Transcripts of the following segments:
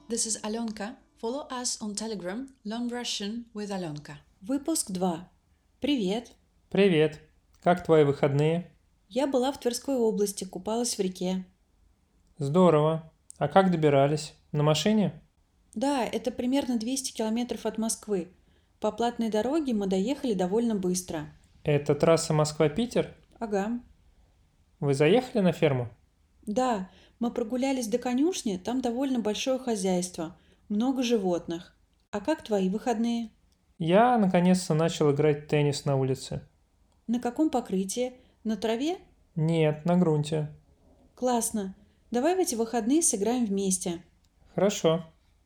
this is Alenka. Follow us on Telegram, Learn Russian with Alenka. Выпуск 2. Привет. Привет. Как твои выходные? Я была в Тверской области, купалась в реке. Здорово. А как добирались? На машине? Да, это примерно 200 километров от Москвы. По платной дороге мы доехали довольно быстро. Это трасса Москва-Питер? Ага. Вы заехали на ферму? Да, мы прогулялись до конюшни, там довольно большое хозяйство, много животных. А как твои выходные? Я наконец-то начал играть в теннис на улице. На каком покрытии? На траве? Нет, на грунте. Классно. Давай в эти выходные сыграем вместе. Хорошо.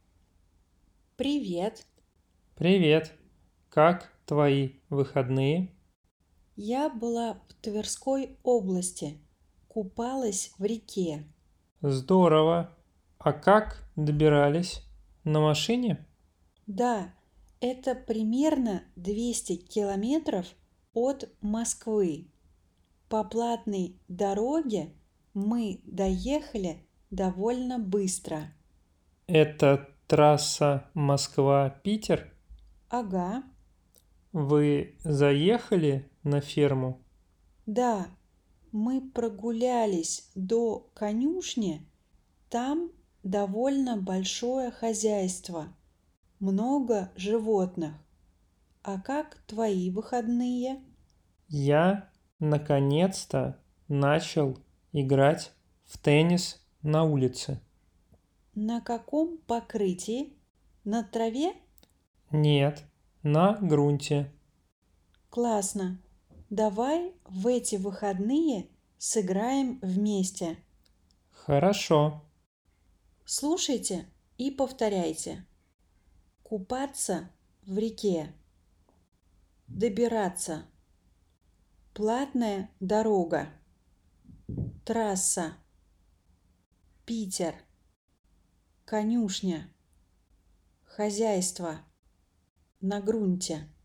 Привет. Привет. Как твои выходные? Я была в Тверской области, купалась в реке. Здорово. А как добирались? На машине? Да, это примерно 200 километров от Москвы. По платной дороге мы доехали довольно быстро. Это трасса Москва-Питер? Ага, Вы заехали на ферму? да, мы прогулялись до конюшни, там довольно большое хозяйство, много животных. А как твои выходные? Я наконец-то начал играть в теннис на улице. На каком покрытии? На траве? Нет, на грунте. Классно. Давай в эти выходные сыграем вместе. Хорошо. Слушайте и повторяйте. Купаться в реке. Добираться. Платная дорога. Трасса. Питер. Конюшня. Хозяйство. На грунте.